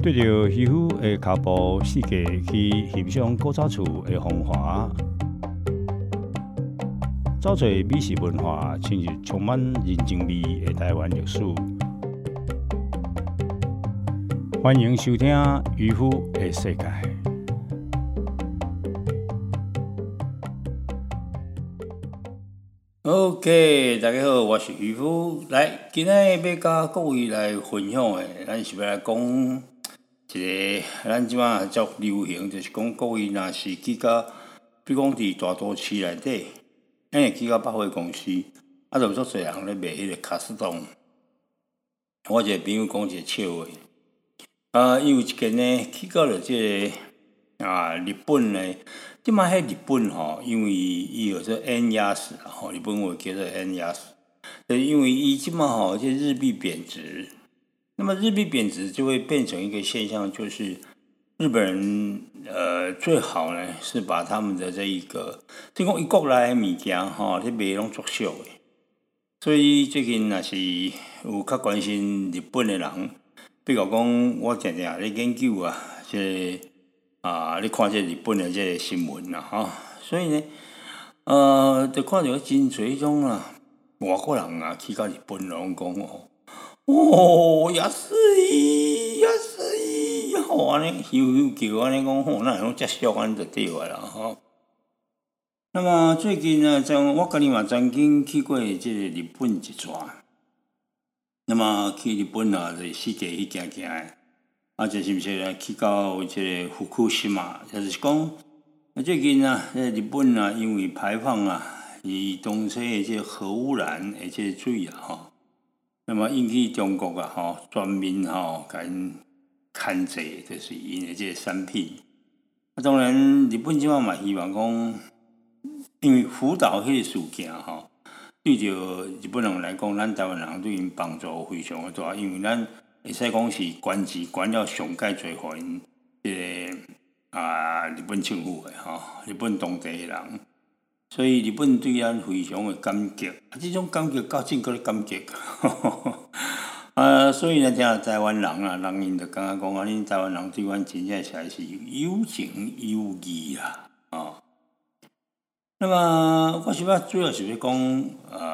对着渔夫的脚步世界去欣赏古早厝的风华，找找美食文化，深入充满人情味的台湾历史。欢迎收听《渔夫的世界》。OK， 大家好，我是渔夫。来，今日要甲各位来分享的，咱是要来讲一个咱即马较流行，就是讲各位若是去到，比如讲伫大都市内底，会去到百货公司，就有足侪人咧卖迄个卡士顿。我一个朋友讲一个笑话，伊有一间呢去到了即个日本呢。即摆迄日本因为伊有说円安日本话叫做円安，因为伊即摆这日币贬值，那么日币贬值就会变成一个现象，就是日本人最好呢是把他们的这一个，即讲伊国内的物件咧卖拢作俗的，所以最近若是有较关心日本的人，比如讲我常常咧研究你看这日本的这个新闻啦，所以呢，就看到真侪迄种外国人去到日本拢讲安い，安尼咻叫安尼讲那种遮俗安尼就对啦那么最近呢，我家己嘛曾经去过这个日本一转，那么去日本就是世界去行行的。就是去到这个福库西嘛，就是讲最近日本因为排放伊东西的这核污染的这水那么引起中国全面甲因牵制，就是因的这个产品。当然，日本即摆嘛希望讲，因为福岛迄个事件对着日本人来讲，咱台湾人对因帮助非常的大，因为咱会使讲是捐钱捐了上介侪互因日本政府的日本当地的人，所以日本对咱非常的感激，这种感激到真够咧感激，所以呢，像台湾人因就感觉讲恁台湾人对阮真正实在是有情有义啦那么我主要是要讲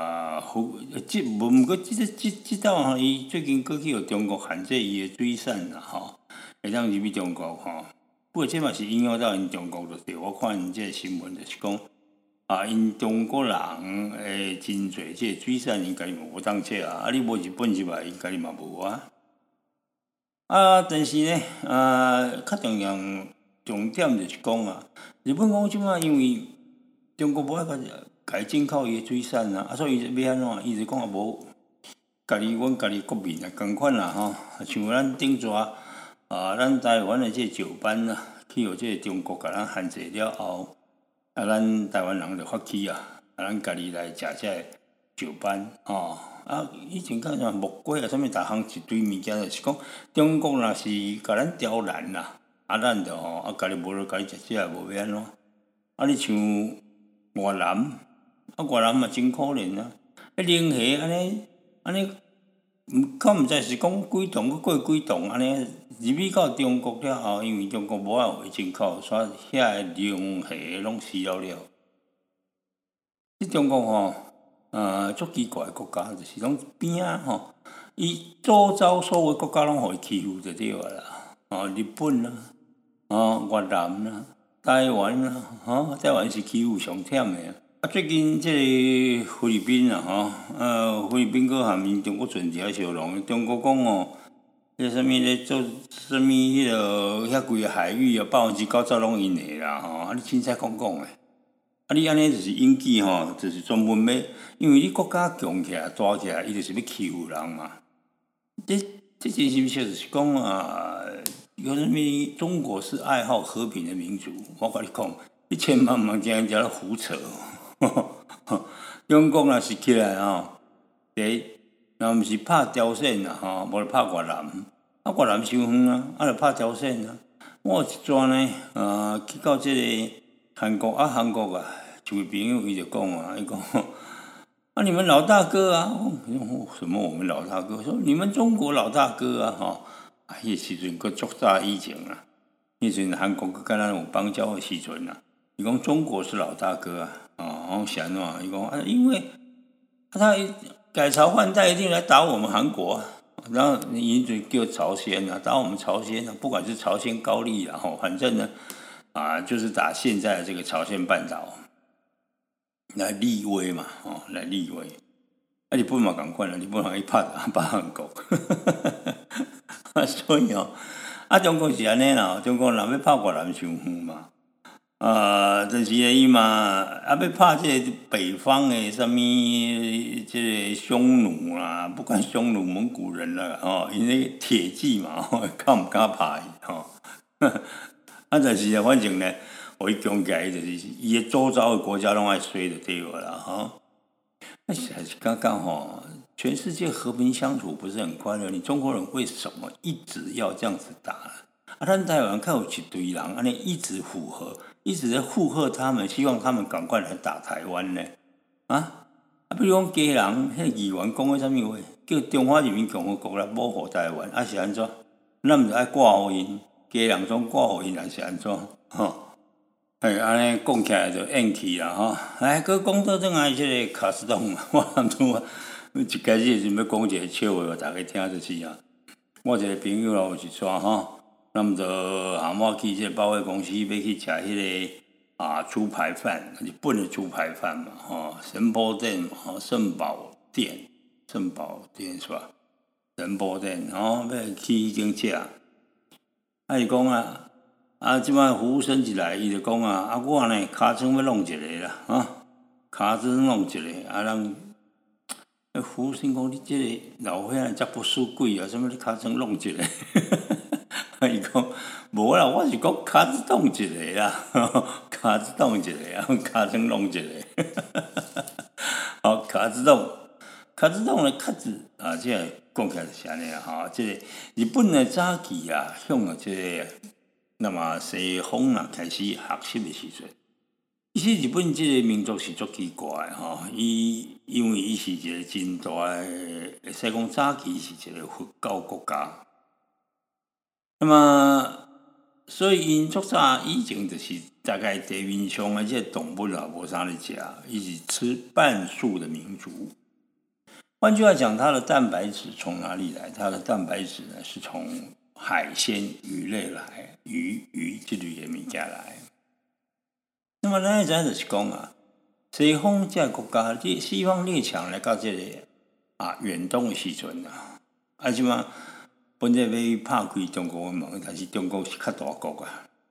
不过这道伊最近过去有中国限制伊的水产会当入去中国不过这嘛是影响到因中国就对。我看因这个新闻就是讲因中国人真侪这个水产因家己嘛无当切你无日本入来因家己嘛无但是呢较重点就是讲日本讲即摆因为中国无爱甲伊进口伊的水产所以要安怎？伊就讲无，阮家己国民共款像咱顶逝咱台湾的这石斑去互这中国甲咱限制了后，咱台湾人就发起咱家己来食这石斑以前讲啥木瓜啥物，逐项一堆物件，就是讲中国若是甲咱刁难咱就家己无落家己食这无要安怎？你像越南嘛真可怜冷虾安尼，较毋知是讲几栋过几栋安尼，入去到中国了后，因为中国无法互进口，所以遐个冷虾拢死了。中国足奇怪的国家，就是拢边伊周遭所有国家拢互伊欺负就对啦。日本越南台湾台湾是欺负上忝的最近这个菲律宾菲律宾搁含因中国船只相容，中国讲啥物咧做啥物迄落遐规个海域90%拢因的啦你凊彩讲你安尼就是引起就是专门要，因为你国家强起来大起来，伊就是要欺负人嘛。这真心就是讲有啥物中国是爱好和平的民族，我甲你讲，你千万毋通听人家咧胡扯。中国若是起来若毋是拍朝鲜无就拍越南，越南伤远就拍朝鲜我有一转呢去到这个韩国一位朋友伊就讲伊讲你们老大哥什么我们老大哥？说你们中国老大哥迄时阵佫足早以前啊，迄时阵韩国佫敢若有邦交的时阵啊，伊讲中国是老大哥啊，哦，是安怎？伊讲啊，因为他改朝换代一定来打我们韩国啊，然后伊就叫朝鲜啊，打我们朝鲜啊，不管是朝鲜高丽啊，反正呢就是打现在的这个朝鲜半岛来立威嘛，来立威。日本嘛同款啦，日本人去拍韩国，所以中国是安尼啦，中国人要拍越南伤远嘛，但是伊嘛要拍这个北方的什么这个匈奴啦，不管匈奴、蒙古人啦，因为铁骑嘛，敢唔敢拍但是反正呢，我一讲起来就是伊的周遭的国家拢爱衰就对啦，那刚刚全世界和平相处不是很快乐？你中国人为什么一直要这样子打呢？咱台湾看有一堆人，安尼一直附和，一直在附和他们，希望他们赶快来打台湾呢？比如讲家人，迄议员讲个啥物话，叫中华人民共和国来保护台湾，是安怎？咱毋是爱挂互因，家人总挂互因，是安怎？安尼讲起来就硬气啦来，佮讲到转来即个卡斯顿，我当初一开始是要讲一个笑话，大家听就是我一个朋友有一撮那么就我去即个百货公司要去食迄个猪排饭，日本的猪排饭嘛神保店圣保店是吧？神保店，要去迄间食，伊讲即摆服务生一来，伊就讲我呢尻川要弄一个啦，尻川弄一个，人服务生讲你这个老岁仔遮不输贵什么你尻川弄一个？伊讲无啦，我是讲尻川弄一个啦，尻川弄一个尻川弄一个，尻川弄的尻字即个讲起来是安尼啦，即个日本的早期向即个。那么西方开始学习的时阵，其实日本这个民族是足奇怪因为伊是一个真大的，西讲早期是一个佛教国家。那么，所以因足早以前就是大概地面上的这动物无啥咧食，伊是吃半素的民族。换句话讲，它的蛋白质从哪里来？它的蛋白质呢是从海鲜、鱼类来，鱼这类的物件来。那么咱知就是讲西方这个国家，西方列强来到这个远东的时阵即马本来要拍开中国的门，但是中国是较大国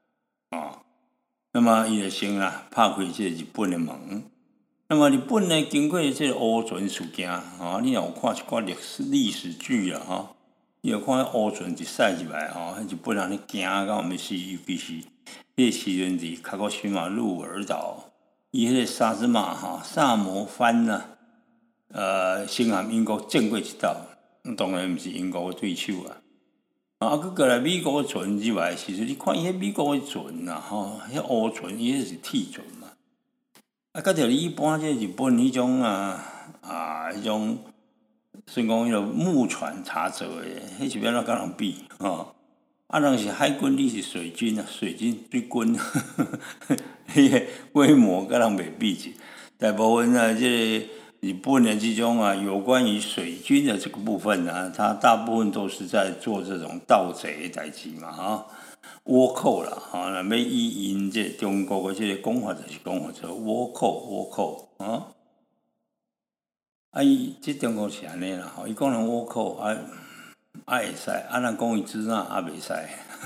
那么伊就先拍开这日本的门。那么日本呢，经过这个乌船事件你若有看一寡历史剧你有看乌船一驶入来日本人咧惊到要死，尤其是迄个时阵伫卡古西马鹿儿岛，伊迄个萨摩藩先和英国战过一道，当然毋是英国的对手佮过来美国的船入来的时阵，你看伊迄美国的船迄乌船伊迄是铁船嘛，佮着你一般这日本迄种迄种。所以讲，迄个木船查做的，迄是要怎甲人比人是海军，你是水军水军迄个规模甲人袂比起。大部分这个日本的这种有关于水军的这个部分它大部分都是在做这种盗贼的代志嘛倭寇啦要以因这中国的这个讲法就是讲做倭寇伊即中国是安尼啦，伊讲人倭寇会使，人讲伊支那袂使。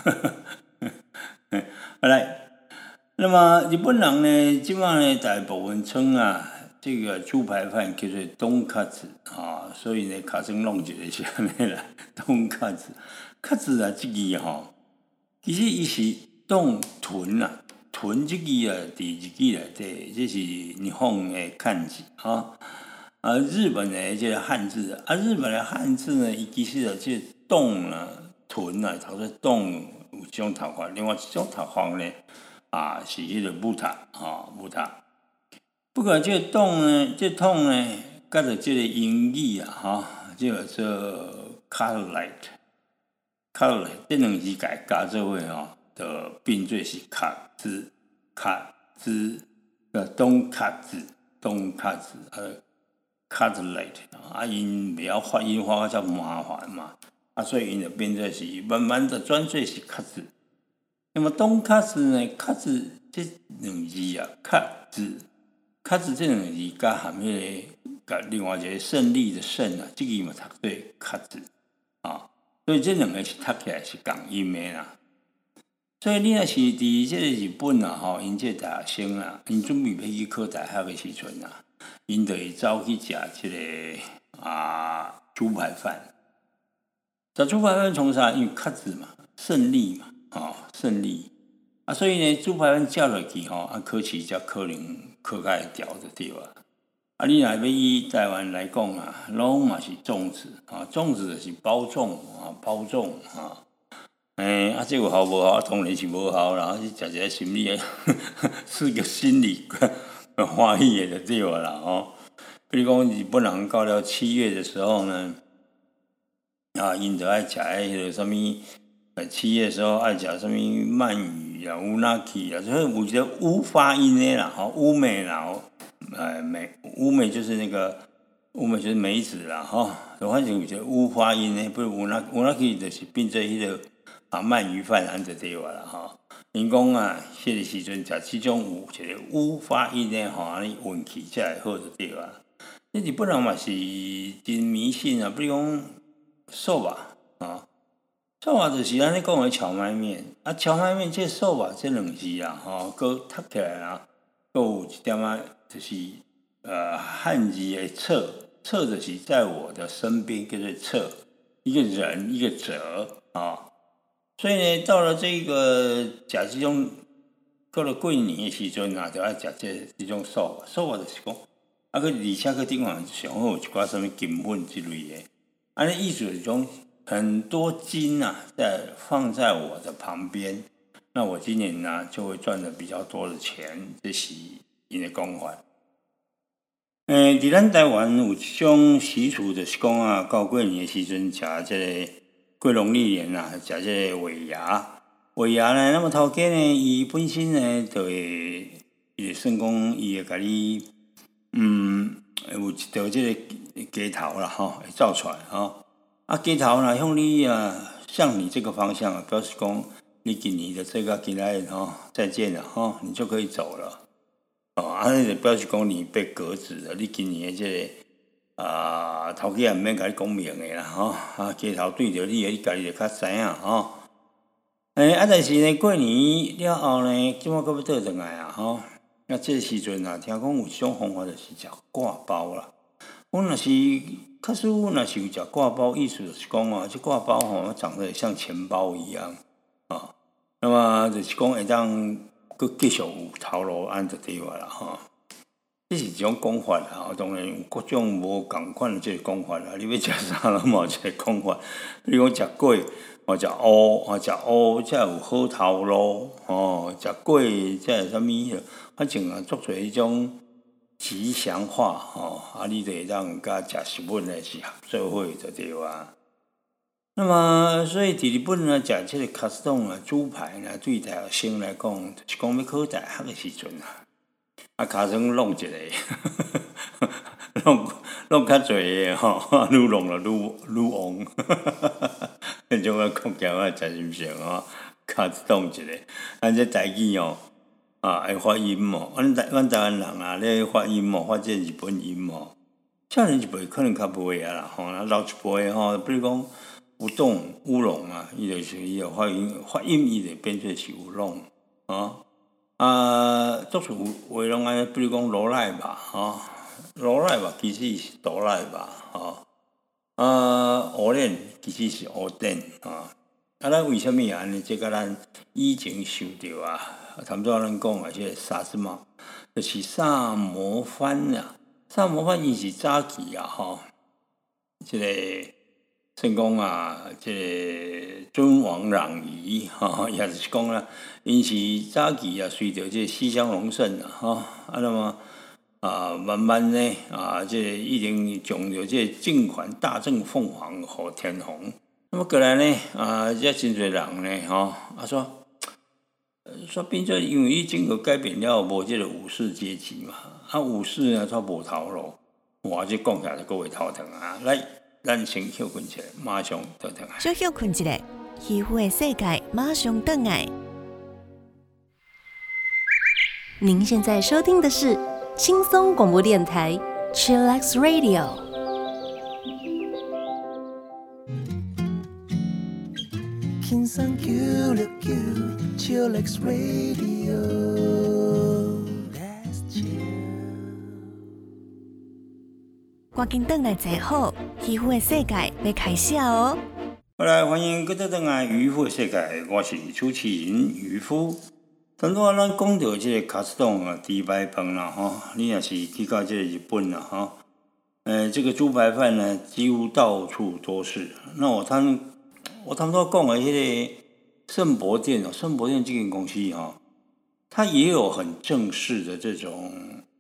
来，那么日本人呢，即摆呢大部分称这个猪排饭叫做东卡子所以呢，尻川弄一个是安尼啦，东卡子，卡子这字其实伊是动豚豚这字伫日语内底，这是日本的汉字日本的这个汉字日本的汉字呢，伊其实这动豚头说动有这种读法，另外一种读法呢是迄个木塔木塔。不过这动呢，这痛呢，甲着这个英语这个做 Catholic 卡这两字甲加做伙就变做是卡字东卡字cutlet 因袂晓发音发较麻烦嘛，所以因就变做是慢慢的转做是卡字。那么东卡字呢，卡字这两字啊，卡字这两字加含迄个另外一个胜利的胜啊，这个嘛读做卡字所以这两个是读起来是共音的啦。所以你若是伫这个日本因这大学生因准备要去考大学的时阵因就会走去食这个猪排饭。食猪排饭从啥？因为卡字嘛，胜利嘛，胜利所以呢，猪排饭食落去考试才可能考甲会调就对了。你若要以台湾来讲拢嘛是粽子粽子就是包粽这有效无效？当然是无效啦，是食一个心理是个心理欢喜的就对了啦比如讲日本人到了7月的时候呢，因就爱食迄个什么7月的时候爱食什么鳗鱼乌拉基所以有一个乌发音的啦乌梅啦乌梅就是那个乌梅就是梅子啦反正有一个乌发音的，不如乌拉基就是变做迄个鳗鱼饭就对了啦因讲迄个时阵食这种有一个乌发音的你运气才会好就对了。日本人嘛是真迷信比如讲寿吧寿吧就是咱咧讲的荞麦面荞麦面这寿吧这两字搁读起来搁有一点就是汉字的侧就是在我的身边叫做侧，一个人一个者所以呢，到了这个食这种到了过年的时阵就爱食这种寿吧就是讲而且个顶方上好有一寡什么金粉之类的意思就是讲很多金在放在我的旁边，那我今年就会赚的比较多的钱，这是因的讲法。伫咱台湾有一种习俗，就是讲到过年的时阵食这个过农历年食这个尾牙呢，那么头家呢，伊本身呢就会算讲伊会甲你有一条这个鸡头啦会走出来鸡头呢向你这个方向表示讲你今年的这个今仔再见了你就可以走了就表示讲你被革职了，你今年的这个头家也毋免甲你讲明的啦鸡头对着你家己就较知影但是呢过年了后呢，即马搁要倒转来那这个时阵听讲有一种方法就是食挂包啦。我若是确实若是有食挂包，意思就是讲这挂包长得像钱包一样那么就是讲会当搁继续有头路就对了啦这是一种讲法啦当然有各种无同款的这个讲法啦。你要食啥拢嘛有一个讲法，比如讲食粿食乌才有好头路食粿才有啥物反正做出迄种吉祥话你就会当甲食食物的是合做伙就对啊。那么所以伫日本食这个卡斯冻猪排对大学生来讲，就是讲要考大学的时阵卡算弄一个弄较侪的愈弄就愈旺迄种讲起来真心常卡冻一个这台语会发音阮台湾人咧发音发这日本音少年一辈可能较袂啦老一辈比如讲有冻乌龙伊就是伊的发音伊就变做是有弄足是有话拢安尼，比如讲罗赖吧其实是罗赖吧蚵仔其实是蚵仔咱为什么安尼？这甲咱以前受到差不多咱讲这个萨斯嘛，就是萨摩藩萨摩藩伊是早期这个算讲这个尊王攘夷也就是讲因是早期随着这西乡隆盛那么慢慢呢这已经将着这政权大政奉还给天皇那么过来呢，这真侪人呢，说变做因为伊整个改变了无即个武士阶级嘛，武士呢他无头路，哇，这讲起来就各位头疼啊！来，咱先休困起来，马上倒转来。 小休困一下，渔夫的世界马上倒来。您现在收听的是轻松广播电台 Chillax Radio。 轻松969 Chillax Radio Let's chill 赶紧转来坐好，渔夫的世界要开始哦。 好来，欢迎各位转来渔夫的世界，我是主持人渔夫。当初咱讲到这个卡斯顿啊，猪排饭啦你若是去到这个日本啦这个猪排饭呢，几乎到处都是。那我他们都讲的迄个圣博店圣博店这间公司它也有很正式的这种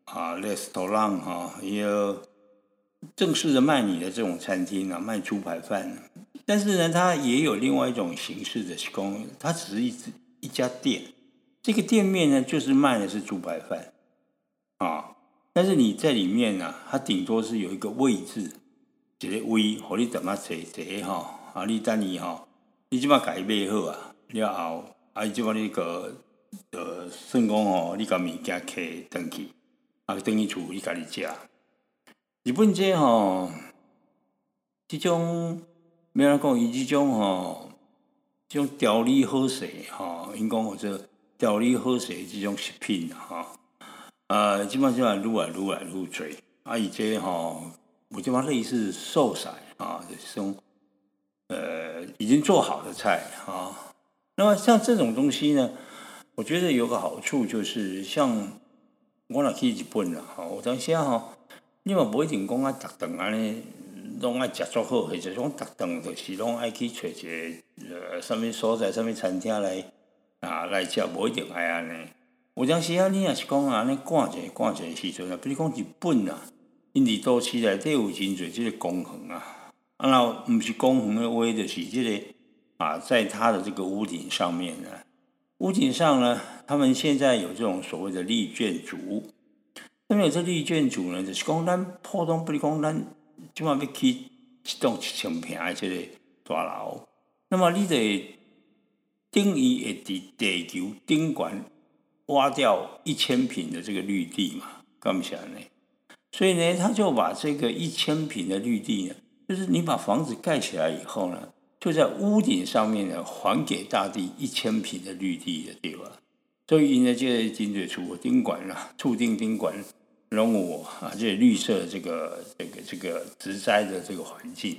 restaurant 也有正式的卖你的这种餐厅卖猪排饭。但是呢，它也有另外一种形式的供，它只是一家店，这个店面呢就是卖的是猪排饭但是你在里面它顶多是有一个位置，一个位，让你等下坐你等伊你即摆家己买好了后，即摆你个算讲你甲物件摕转去，转去厝你家己食。日本这即种要安怎讲？伊即种即种调理好势因讲或者调理好势即种食品即摆愈来愈多，伊这有即摆类似寿司就是种已经做好的菜那么像这种东西呢，我觉得有个好处就是，像我若去日本有当时你嘛无一定讲逐顿安尼拢爱食足好，或者讲逐顿就是拢爱去找一个什么所在、什么餐厅来食，无一定爱安尼。有当时你若是讲安尼赶一个时阵比如讲日本因伫都市内底有真侪即个公园然后不是公园的话，就是这个在它的这个屋顶上面呢，屋顶上呢，他们现在有这种所谓的立卷竹。那么有这立卷竹呢，就是讲咱普通，比如讲咱即马要起一栋1000坪的这个大楼，那么你得等于会伫地球顶悬挖掉1000坪的这个绿地嘛，敢不是安尼？所以呢，他就把这个1000坪的绿地呢，就是你把房子盖起来以后呢，就在屋顶上面呢，还给大地1000坪的绿地的地方。所以呢，这个真侪厝顶悬厝顶悬拢有这个绿色的这个植栽的这个环境。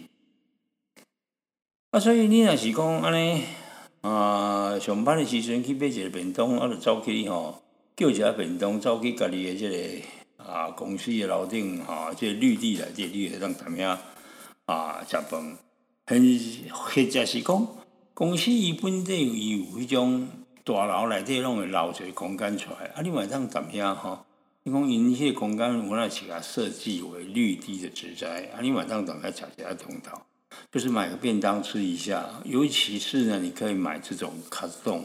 所以你若是讲安尼上班的时阵去买一个便当，就走去叫一下便当，走去家己的这个公司的楼顶这个绿地内底，你会当踮遐食饭。或者是讲公司伊本地有迄种大楼内底拢会留一个空间出来，你嘛会当踮遐你讲因迄个空间有哪是甲设计为绿地的植栽你嘛会当踮遐食一下中昼，就是买个便当吃一下。尤其是呢，你可以买这种卡斯顿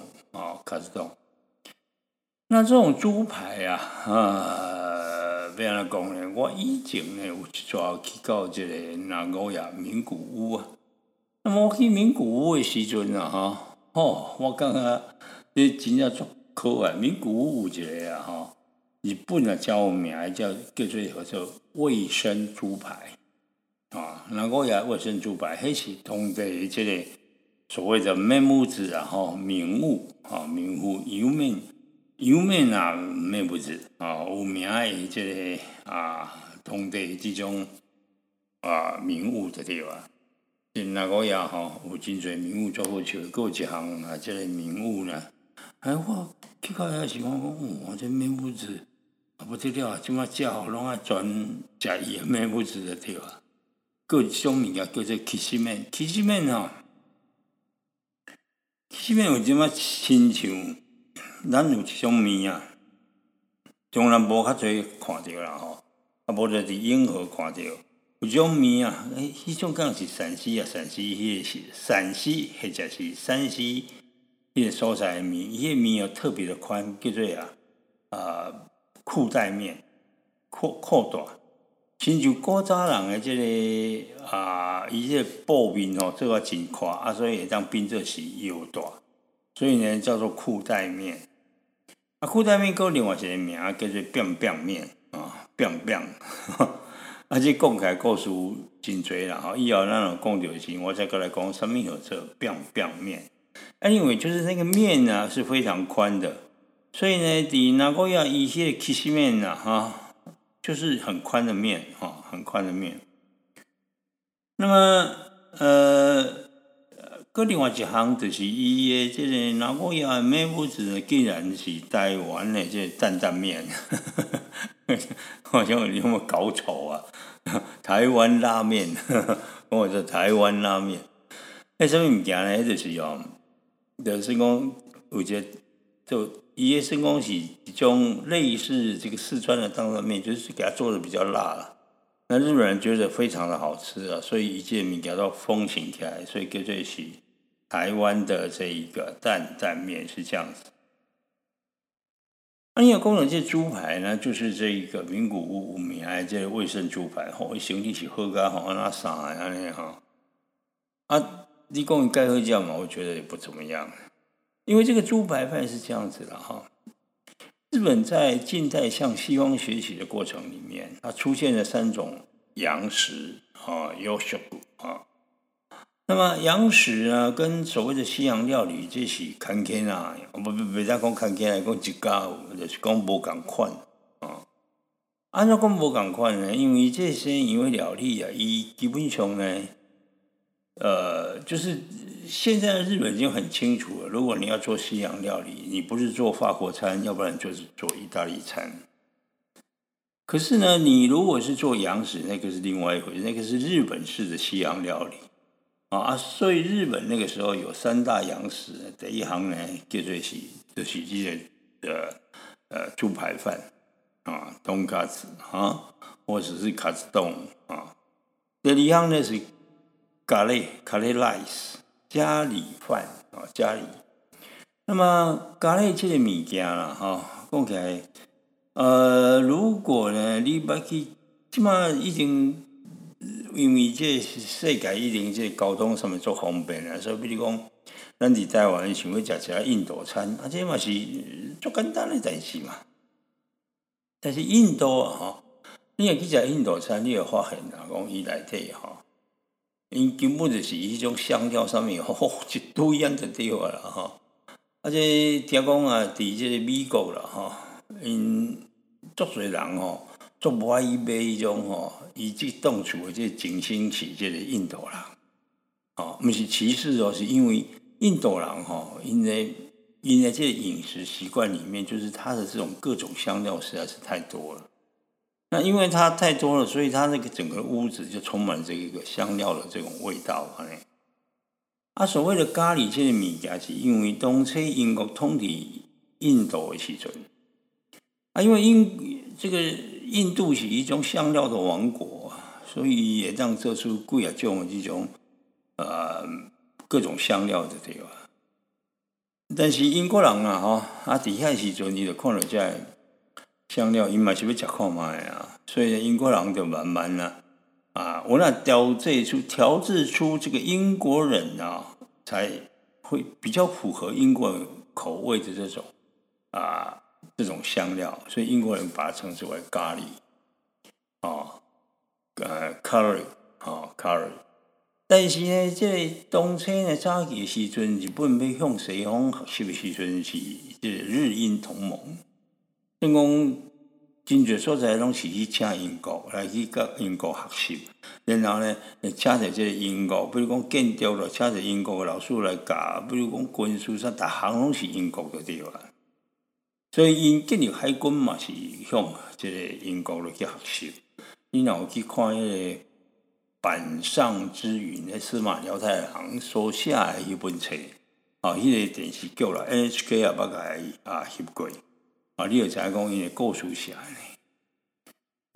那这种猪排要安怎讲呢？我以前呢有一撮去到这个名古屋名古屋那么我去名古屋的时阵我感觉这真正足可爱。名古屋有一个日本较有名的叫做卫生猪排名古屋卫生猪排，迄是当地这个所谓的面屋子名物名物油面面不子有名的这个当地这种名物的地方。名古屋有真侪名物做好笑，还有一项这个名物呢。我去到遐时讲，这面不子不得了，即马食好拢爱专食伊的面不子的地方。还有一种物件叫做起司面，起司面有即马亲像。咱有一种面中南部较侪看到啦无就伫永和看到。 有一种面啊，迄种敢是陕西啊，陕西或者是山西迄个所在的面，伊个面特别的宽，叫做裤带面，裤带。亲像古早人的伊这个布面做啊真宽所以会当变做是腰带，所以呢叫做裤带面。裤带面有另外一个名叫做扁扁面扁扁。这讲起来故事真多啦以后咱有讲到时，我再过来讲什么叫做扁扁面。因为就是那个面呢是非常宽的，所以呢，伫哪个要一些起司面就是很宽的面很宽的面。那么另外一项就是伊的这个哪个要的名字呢，竟然是台湾的这个担担面，好像有那么搞错啊！台湾拉面，我说台湾拉面，什么物件呢？就是就是讲有一个就伊的算讲是一种类似这个四川的担担面，就是给它做的比较辣了。那日本人觉得非常的好吃啊，所以一件物件都风行起来，所以叫做是台湾的这一个担担面是这样子。你有讲到这猪排呢，就是这一个名古屋有名的这个味噌猪排，成绩是好到安那啥安尼你讲该喝酱嘛？我觉得也不怎么样，因为这个猪排饭是这样子的日本在近代向西方学习的过程里面，它出现了3种洋食yoshioku那么洋食呢，跟所谓的西洋料理，这是看起来不再讲看起来，讲一家就是讲无同款按照讲无同款呢？因为这些因为料理伊基本上呢，就是现在的日本已经很清楚了。如果你要做西洋料理，你不是做法国餐，要不然就是做意大利餐。可是呢，你如果是做洋食，那个是另外一回事，那个是日本式的西洋料理所以日本那个时候有3大洋食，第一行呢叫做就是这个猪排饭东卡子或者是卡子冻第二行呢是咖喱 rice 咖喱饭咖喱。那么咖喱这个物件啦讲起来如果呢你捌去现在已经因为这世界已经这交通上面足方便了，所以比如讲咱伫台湾想要吃一下印度餐这嘛是足简单的代志嘛。但是印度你若去吃印度餐，你会发现讲伊内底因根本就是迄种香料上面一堆样就对啦这听讲伫这个美国啦因足多人足无爱伊买迄种伊即当厝的这精心是这个印度人不是歧视是因为印度人因为这个饮食习惯里面，就是它的这种各种香料实在是太多了。那因为它太多了，所以它那个整个屋子就充满这个香料的这种味道所谓的咖喱这个物件是因为当初英国统治印度的时阵因为这个印度是一种香料的王国所以也让做出几啊种的这种各种香料的对吧？但是英国人伫遐时阵，伊就看到这香料，伊嘛是要吃看卖所以英国人就慢慢我那调制出这个英国人才会比较符合英国人口味的这种香料，所以英国人把它称之为咖喱curry。但是呢，这当初呢，早期的时阵，日本要向西方学习的时阵是这个日英同盟，所以讲真侪所在拢是去请英国来去甲英国学习，然后呢，请着这个英国，比如讲建筑了，请着英国的老师来教，比如讲军事啥，逐项拢是英国的对啦。所以因建立海军嘛是向这个英国去学习。你若有去看迄个板上之云，司马辽太郎所写的迄本册，迄个电视剧啦 ，NHK 也捌甲翕过，你就知影讲伊的故事是安尼。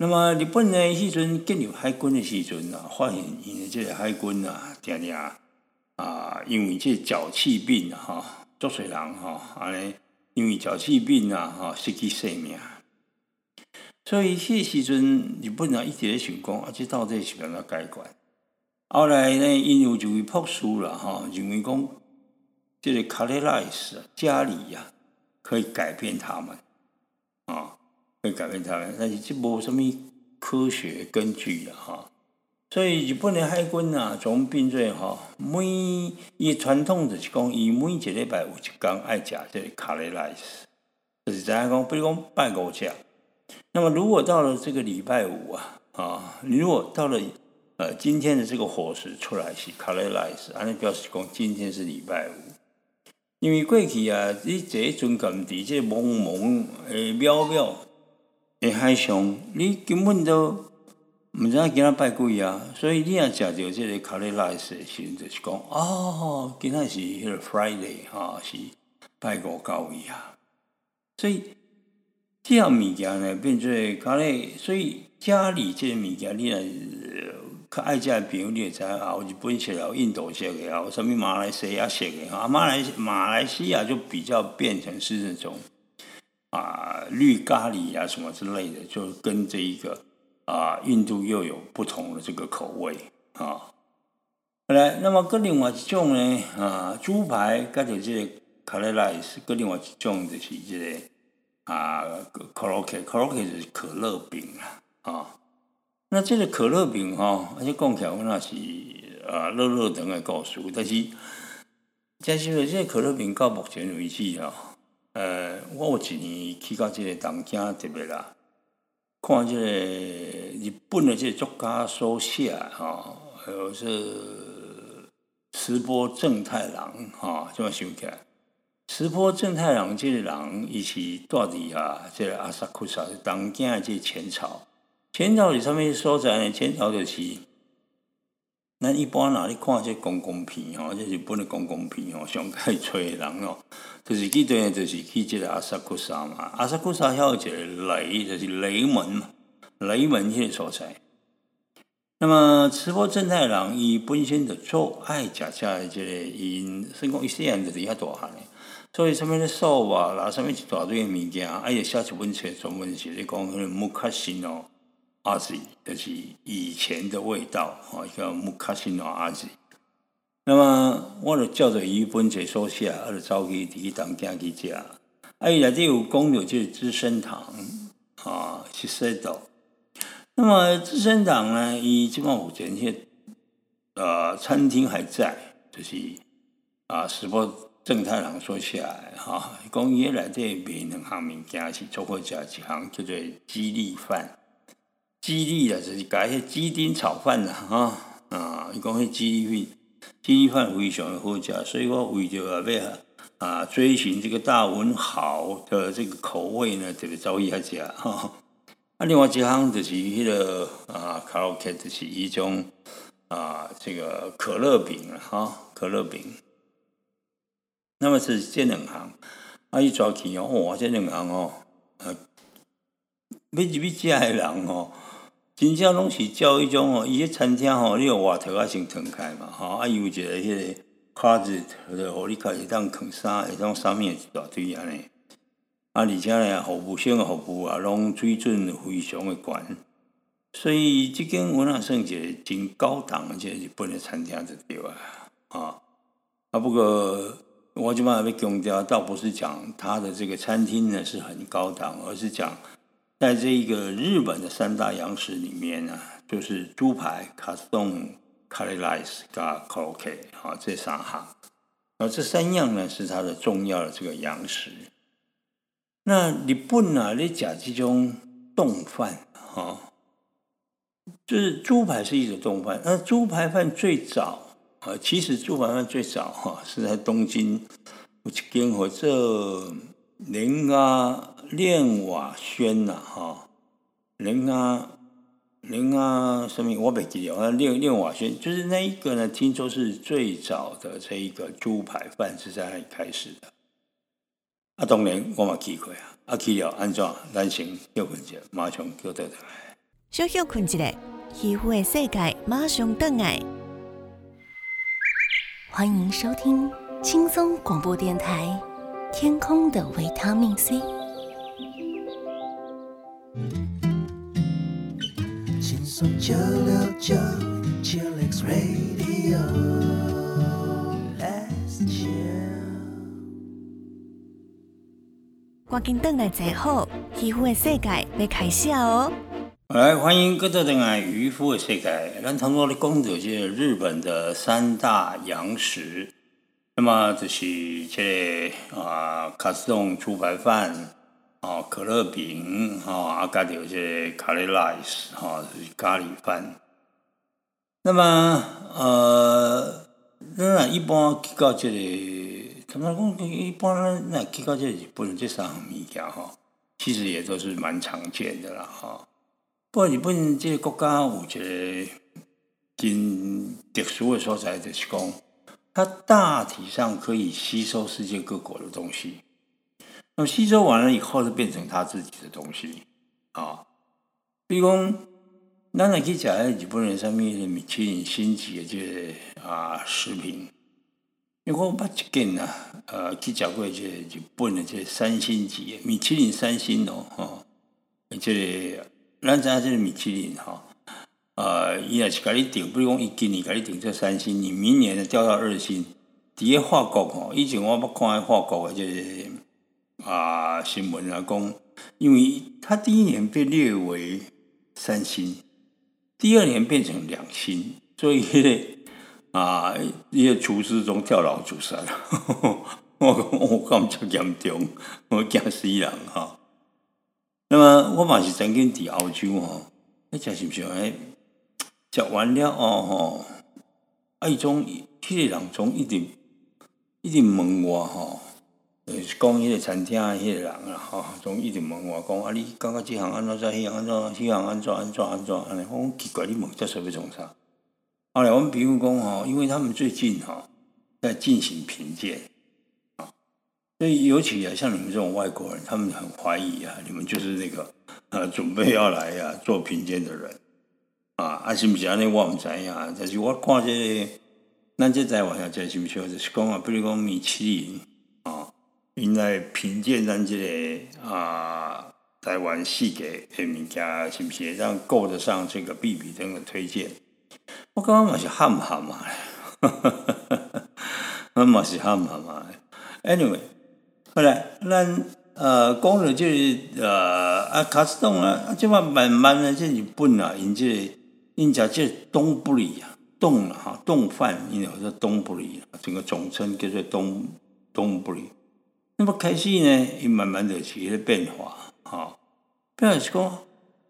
那么日本呢，迄阵建立海军的时阵啊，发现因为这个海军啊，常常因为这脚气病啊，足侪人安尼因为脚气病啊，失去性命。所以迄个时阵，日本一直咧想讲，这到底是要怎解决？后来呢，因有一位博士啦，认为讲，这个卡列莱斯家里可以改变他们可以改变他们，但是这无什么科学根据所以日本的海军总编做伊传统就是讲，伊每一个礼拜有一天爱食这个卡列莱斯，就是知影讲，比如讲拜五食。那么如果到了这个礼拜五你如果到了今天的这个伙食出来是卡列莱斯，安尼表示讲今天是礼拜五。因为过去你坐船舰伫这茫茫的渺渺的海上，你根本都唔知影今仔拜几所以你若食到这个卡列莱斯的时候，就是讲今仔是迄个 Friday 是拜五到位所以这样物件呢，变做所以家里这个物件，你较爱食的朋友，你会知有日本式有印度式的有什么马来西亚式的马来西亚就比较变成是那种绿咖喱什么之类的，就跟这一个印度又有不同的这个口味好来，那么跟另外一种呢猪排，跟着这个卡列莱斯，跟另外一种就是这个Koroke 就是可乐饼那这个可乐饼而且讲起来我那是热热等的故事，但是这个可乐饼到目前为止我有一年去到这个东京特别看这个日本的这个作家所写是池波正太郎这么想起来。池波正太郎这个人，伊是住伫这个阿萨库萨东京的这个前朝。前朝是啥物所在呢？前朝就是咱一般你看这公共片这日本的公共片上爱找的人就是去对，就是去这个阿萨库萨嘛。阿萨库萨遐有一个雷，就是雷门嘛，雷门迄个所在。那么池波正太郎伊本身就做爱食的这个因，所以讲伊细汉就伫遐大汉的。所以什么素啦，什么一大堆的物件，也写一本册专门是咧讲迄个木卡西诺阿吉，就是以前的味道叫木卡西诺阿吉。那么我就照着伊本册所写，就走去伫东京去食。伊内底有讲到这个资生堂是说到。那么资生堂呢，伊即马目前餐厅还在，就是石破正太郎说起来讲伊内底卖两项物件是做好食，一项叫做鸡粒饭。鸡粒就是甲迄鸡丁炒饭伊讲迄鸡粒饭非常的好食，所以我为着要追寻这个大文豪的这个口味呢，特别走去遐食另外一项就是迄个卡拉 OK， 就是一种这个可乐饼可乐饼。那么是这两项伊抓去这两项要入去食的人真正拢是照迄种伊迄餐厅你有外头先腾开嘛伊有一个迄个 closet， 就互你家己当放衫，会当衫面一大堆安尼而且呢，服务生的服务拢水准非常的高，所以这间我那算一个真高档的这日本的餐厅就对不过我这边要强调，倒不是讲它的这个餐厅呢是很高档，而是讲在这一个日本的三大洋食里面就是猪排、卡斯冻、卡列莱斯跟 Koroke 这三项，这三样呢是它的重要的这个洋食。那日本你食这种冻饭就是猪排是一种冻饭。那猪排饭最早其实猪排饭最早是在东京有一间叫做莲瓦轩莲什么我不记得莲瓦轩，就是那一个呢，听说是最早的这一个猪排饭是在那里开始的。当然我嘛去过去了安怎咱先休息一下，马上叫倒来。 小休困一下，渔夫的世界马上回来。欢迎收听轻松广播电台《天空的维他命 C》。 轻松969 Chillax Radio，Let's chill。 赶紧回来坐好，渔夫的世界要开始哦。 来，欢迎各位回来渔夫的世界。咱通过咧讲到这个日本的三大洋食，那么就是这个卡斯冻猪排饭。可乐饼，加上这咖喱 rice， 就是咖喱饭。那么，咱一般去到这个，他们讲一般咱去到这日本这三样物件其实也都是蛮常见的啦不过日本这个国家有一个很特殊的所在，就是讲它大体上可以吸收世界各国的东西。那么吸收完了以后，就变成他自己的东西比如讲，咱来去吃日本人上面的米其林星级的这个食品，因为我捌一间去吃过这个日本的这个3星级的米其林3星这个咱知影这个米其林伊也是给你定，比如讲伊今年给你定这3星，你明年调到2星。伫个法国以前我捌看法国的这个新闻讲，因为他第一年被列为3星，第二年变成2星，所以那个厨师中跳楼自杀了。我讲我感觉严重，我惊死人那么我嘛是曾经伫澳洲你食是不是？食完了伊种迄个人总一直问我就是讲迄个餐厅迄个人总一直问我讲你感觉这项安怎迄项安怎迄项安怎安尼？我讲奇怪，你问这说要从啥？后来我们比如讲因为他们最近在进行评鉴所以尤其像你们这种外国人，他们很怀疑你们就是那个准备要来做评鉴的人是不是安尼？我唔知影，但是我看这个咱这台湾这是不是就是讲比如讲米其林因来评鉴咱这个台湾四个的物件是不是让够得上这个必比登的推荐？我感觉嘛是含含我嘛是含含Anyway， 后来咱讲了这卡斯冻这嘛慢慢的这日本因食这东布里冻冻饭，因为叫东布里，整个总称叫做东布里。那么开始呢，伊慢慢的起了变化比如说，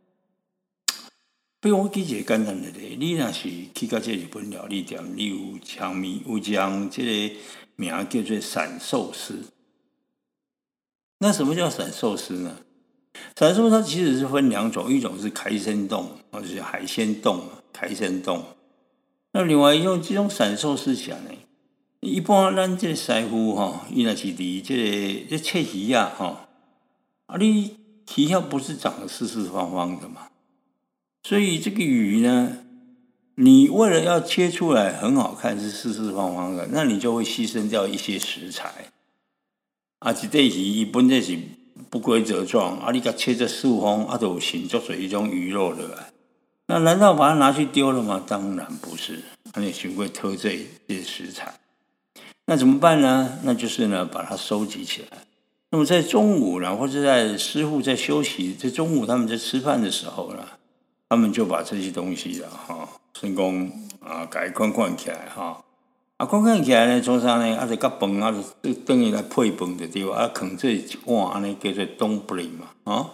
比如我举一个简单的例，你若是去到这日本料理店，你有将这个名叫做散寿司。那什么叫散寿司呢？散寿司它其实是分2种，一种是海鲜冻，就是海鲜冻、海鲜冻。那另外一种这种散寿司啥呢？一般咱这个师傅伊若是伫这切鱼你鱼要不是长得四四方方的嘛，所以这个鱼呢，你为了要切出来很好看是四四方方的，那你就会牺牲掉一些食材一块鱼伊本身是不规则状你给它切成四方就有形作水一种鱼肉的那难道把它拿去丢了吗？当然不是，你学会偷这些食材。那怎么办呢？那就是呢，把它收集起来。那么在中午呢，或者在师傅在休息，在中午他们在吃饭的时候呢，他们就把这些东西成功给它款起来款起来呢，做啥呢？就甲饭就等于来配饭就对放这一碗安尼叫做东布里嘛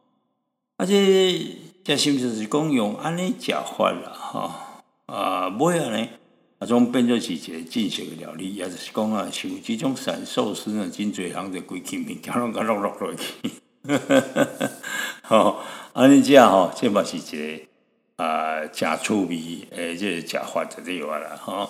这是不是讲用安尼食法啦尾呢？种变做是一个正式的料理，也就是讲像这种散寿司呢，真侪人就规件物件拢甲落落去。安尼这这嘛是一个真趣味的这个食法就对啦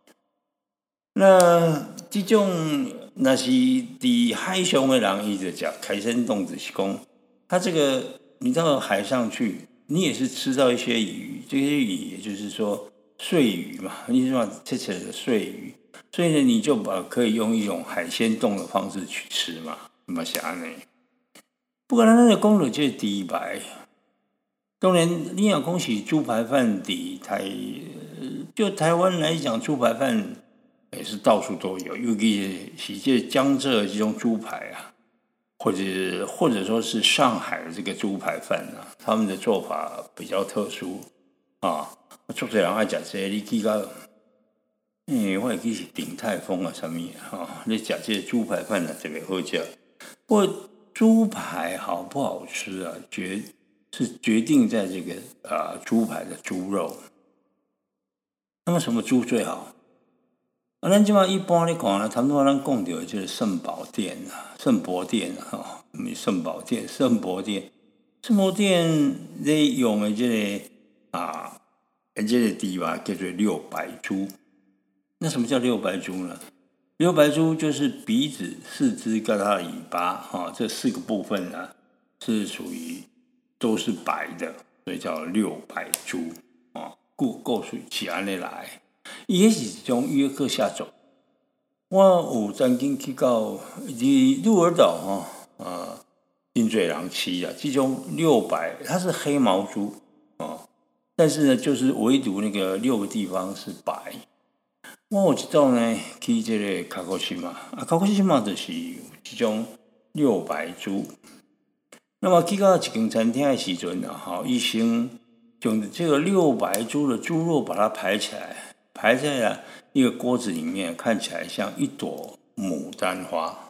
那这种若是伫海上的人，伊就食海鲜冻，就是讲他这个你到海上去你也是吃到一些鱼，这些鱼也就是说碎鱼嘛，你说切起来的碎鱼，所以呢，你就可以用一种海鲜冻的方式去吃嘛，嘛是安尼。不过咱个讲到这猪排，当然你若讲是猪排饭就台湾来讲，猪排饭也是到处都有，尤其是这江浙这种猪排啊，或者说是上海的这个猪排饭啊，他们的做法比较特殊啊。足多人爱食这个，你记到，我会记是鼎泰丰啊，什么啊？你食这个猪排饭啊，特别好食。不过猪排好不好吃啊，决定在这个猪排的猪肉。那么什么猪最好？咱即马一般咧看咧，差不多咱讲到就是圣伯店啊，圣伯店咧用的这个这个猪吧叫做六白猪。那什么叫六白猪呢？六白猪就是鼻子、四肢跟它的尾巴这4个部分呢是属于都是白的，所以叫六白猪故事是安尼来。伊迄是一种约克夏种。我有曾经去到鹿儿岛真侪人饲啊，这种六白它是黑毛猪但是呢，就是唯独那个6个地方是白。我有一次呢去这个卡古西马卡古西马就是这种六白猪。那么去到一间餐厅的时阵医生用这个六白猪的猪肉把它排起来，排在了一个锅子里面，看起来像一朵牡丹花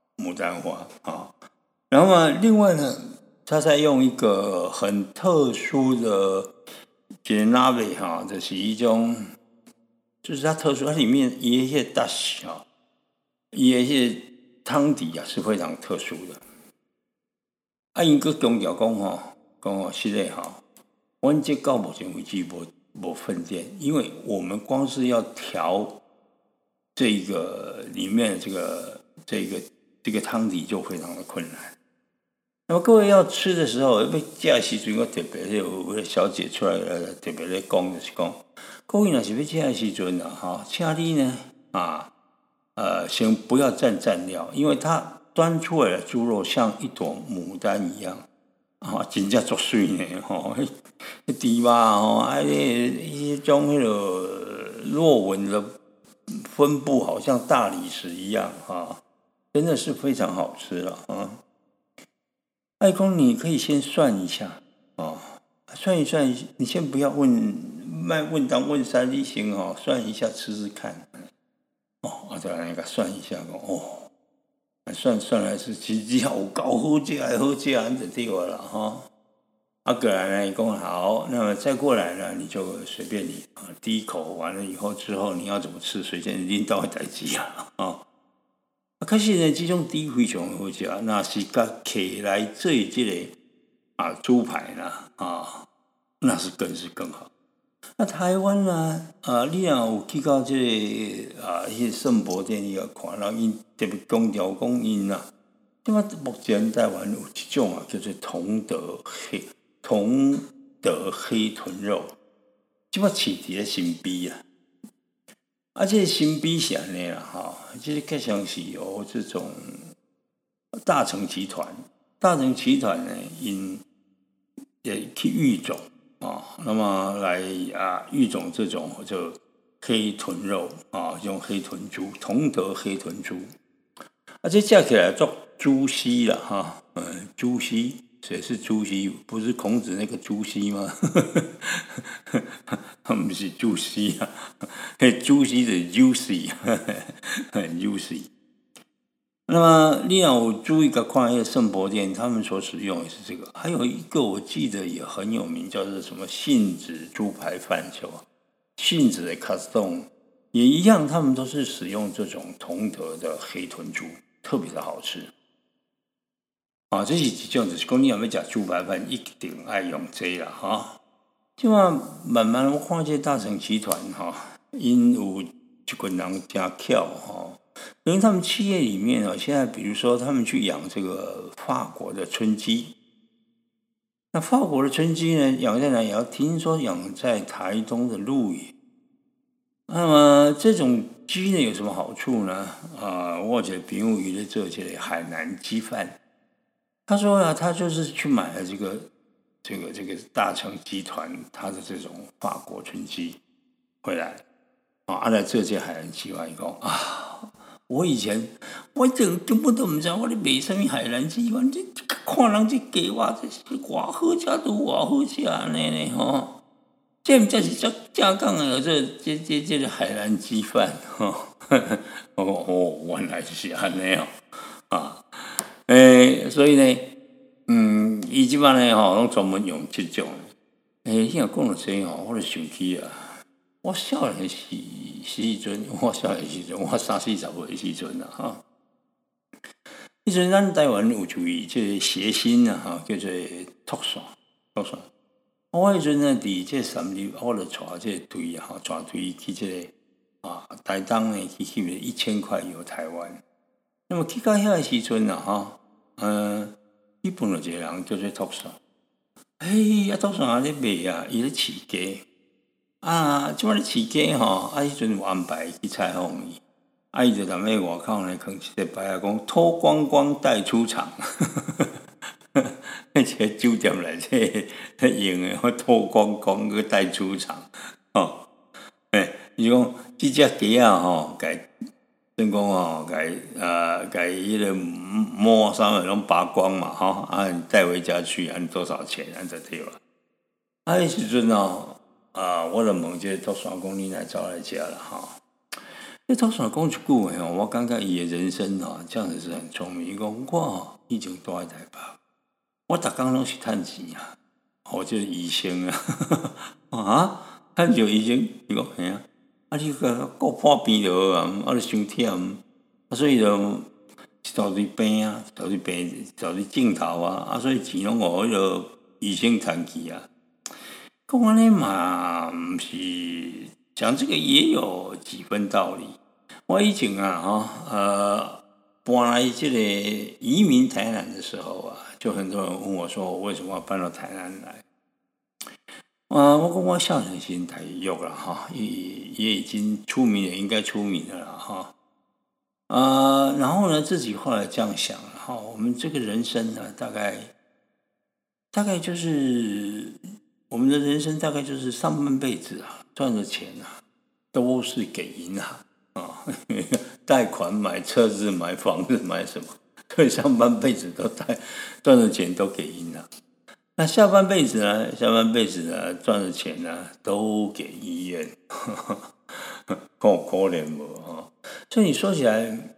然后另外呢，他再用一个很特殊的这拿贝就是一种，就是它特殊，它里面一些大小，一些汤底是非常特殊的。因个强调讲实在我们这到目前为止没分店，因为我们光是要调这个里面这个汤底就非常的困难。那么各位要吃的时候，要吃的时阵，我特别有小姐出来特别咧讲，就是讲，各位若是要吃的时阵请你呢先不要蘸料，因为它端出来的猪肉像一朵牡丹一样真正足水呢猪吧一种那个落纹的分布好像大理石一样真的是非常好吃了爱公你可以先算一下算一算，你先不要问当问三，你先算一下吃吃看再来个算一下算来是其实有够好吃好吃安就对了过来呢讲好，那么再过来呢，你就随便你第一口完了以后之后你要怎么吃，随便你到的代志可是呢，这种猪非常好吃，那是甲客来做这个猪排呢那是更好。那台湾呢你若有去到这个迄圣伯店你要看，然后因特别强调讲因目前台湾有一种叫做同德黑豚肉，这饲伫咧新北这个新北是安尼啦这个更像是由这种大成集团呢因也去育种那么来育种这种就黑豚肉这种黑豚猪，同德黑豚猪这叫起来做猪膝啦猪膝，谁是猪膝？不是孔子那个猪膝吗？不是猪膝猪膝是 juicy 那么你有注意个看那个圣伯店，他们所使用的是这个，还有一个我记得也很有名，叫做什么杏子猪排饭杏子的 custom 也一样，他们都是使用这种同德的黑豚猪，特别的好吃这是一种，就是讲你若要吃猪排饭，一定爱用这啦即慢慢我看这大成集团因有一群人真巧因为他们企业里面现在比如说他们去养这个法国的春鸡那法国的春鸡呢，养在哪？也要听说养在台东的鹿野。那么这种鸡呢有什么好处呢？我这朋友在做这个海南鸡饭，他说啊，他就是去买了这个大成集团他的这种法国春鸡回来，来做这海南鸡饭，讲啊，我以前我根本都唔知道我咧卖什么海南鸡饭，这看人这给我这是偌好食都偌好食安尼呢吼。这毋才是正讲的，这个海南鸡饭原来就是安尼所以呢，伊即摆呢拢专门用这种，现在讲到这我就想起啊，我少年时阵，我30、40岁的时阵啊迄阵咱台湾有注意这个谐星叫做拓山。我迄阵呢，伫这3日，我就带这队带队去这个台东呢，去1000块游台湾。那么去到遐个时阵日本有一个人叫做拓山，拓山咧卖伊咧饲鸡即摆咧饲鸡迄阵有安排去采访伊，伊就踮咧外口呢，囥一个牌讲脱光光带出场。那个酒店内底用的，脱光光去带出场，伊讲这只鸡甲算讲甲迄个摸上面拢拔光嘛，你带回家去，按多少钱，按就对了。迄时阵我就问这拓山讲，你来走来遮啦这拓山讲一句话我感觉伊的人生这样子是很聪明。伊讲我以前住在台北。我逐工拢是趁钱这个医生趁着医生，伊讲嘿你个顾破病就好就伤忝所以就一大堆病一大堆镜头所以钱拢互迄个医生趁去讲安尼嘛，毋是讲这个也有几分道理。我以前搬来这个移民台南的时候就很多人问我说，我为什么要搬到台南来？我讲我少年时台语啦也已经出名了，应该出名了啦然后呢，自己后来这样想了我们这个人生呢，大概就是我们的人生大概就是上半辈子赚的钱都是给银行贷款买车子、买房子、买什么，所以上半辈子都赚的钱都给银行。那下半辈子呢？赚的钱呢都给医院，可怜无所以你说起来，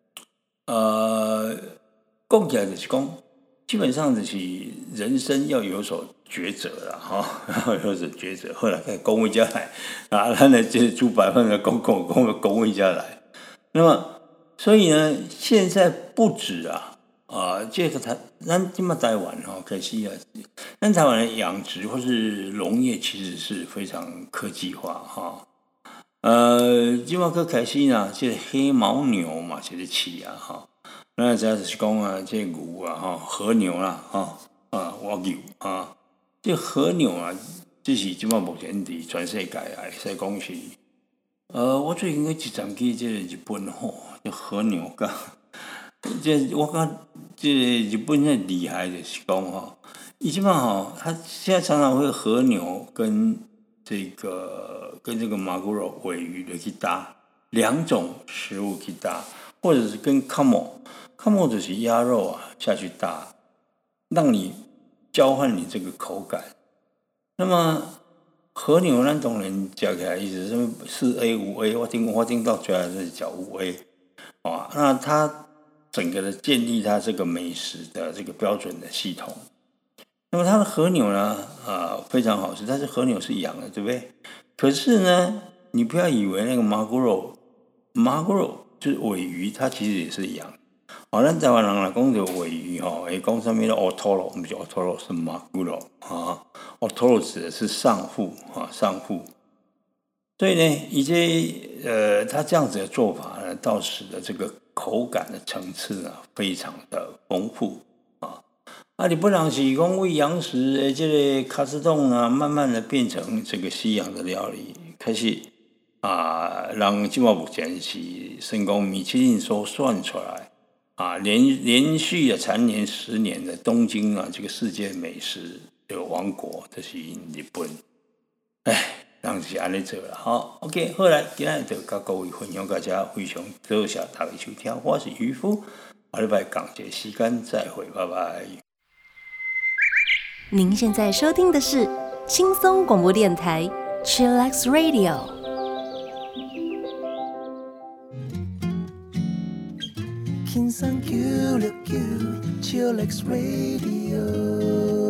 讲起来就是讲，基本上就是人生要有所抉择啦要有所抉择。后来讲回家来咱的这猪白饭的讲回家来。那么，所以呢，现在不止这个咱今嘛台湾可惜咱台湾的养殖或是农业其实是非常科技化今嘛开始这个黑牦牛嘛，这个饲咱知影就是讲这个牛和牛啦和牛这和牛这是今嘛目前伫全世界会使讲是。我最近去一站去这个日本这和牛这我感这日本那厉害就是讲伊即摆他现在常常会和牛跟这个马古肉尾鱼的去搭两种食物去搭，或者是跟 camel 就是鸭肉下去搭，让你交换你这个口感。那么和牛咱当然吃起来意思是4A 5A， 我听到最后是叫5A 那它整个的建立它这个美食的这个标准的系统。那么它的和牛呢非常好吃，但是和牛是养的，对不对？可是呢，你不要以为那个马古肉就是尾鱼，它其实也是养。咱台湾人来讲就尾鱼会讲什么呢 ？otoro 不是 otoro 是马古肉otoro 指的是上腹所以呢，以及他这样子的做法呢，倒使得这个口感的层次非常的丰富日本人是讲为洋食的这个卡斯冻啊，慢慢的变成这个西洋的料理，开始让今目前是成功米其林所算出来连续的蝉联10年的东京这个世界美食的王国，就是日本。人是安尼做啦，好 ，OK， 好来，今日就甲各位分享到这，非常多谢大家收听，我是渔夫，下礼拜同一时间再会，拜拜。 您现在收听的是轻松广播电台 Chillax Radio。 轻松969 Chillax Radio。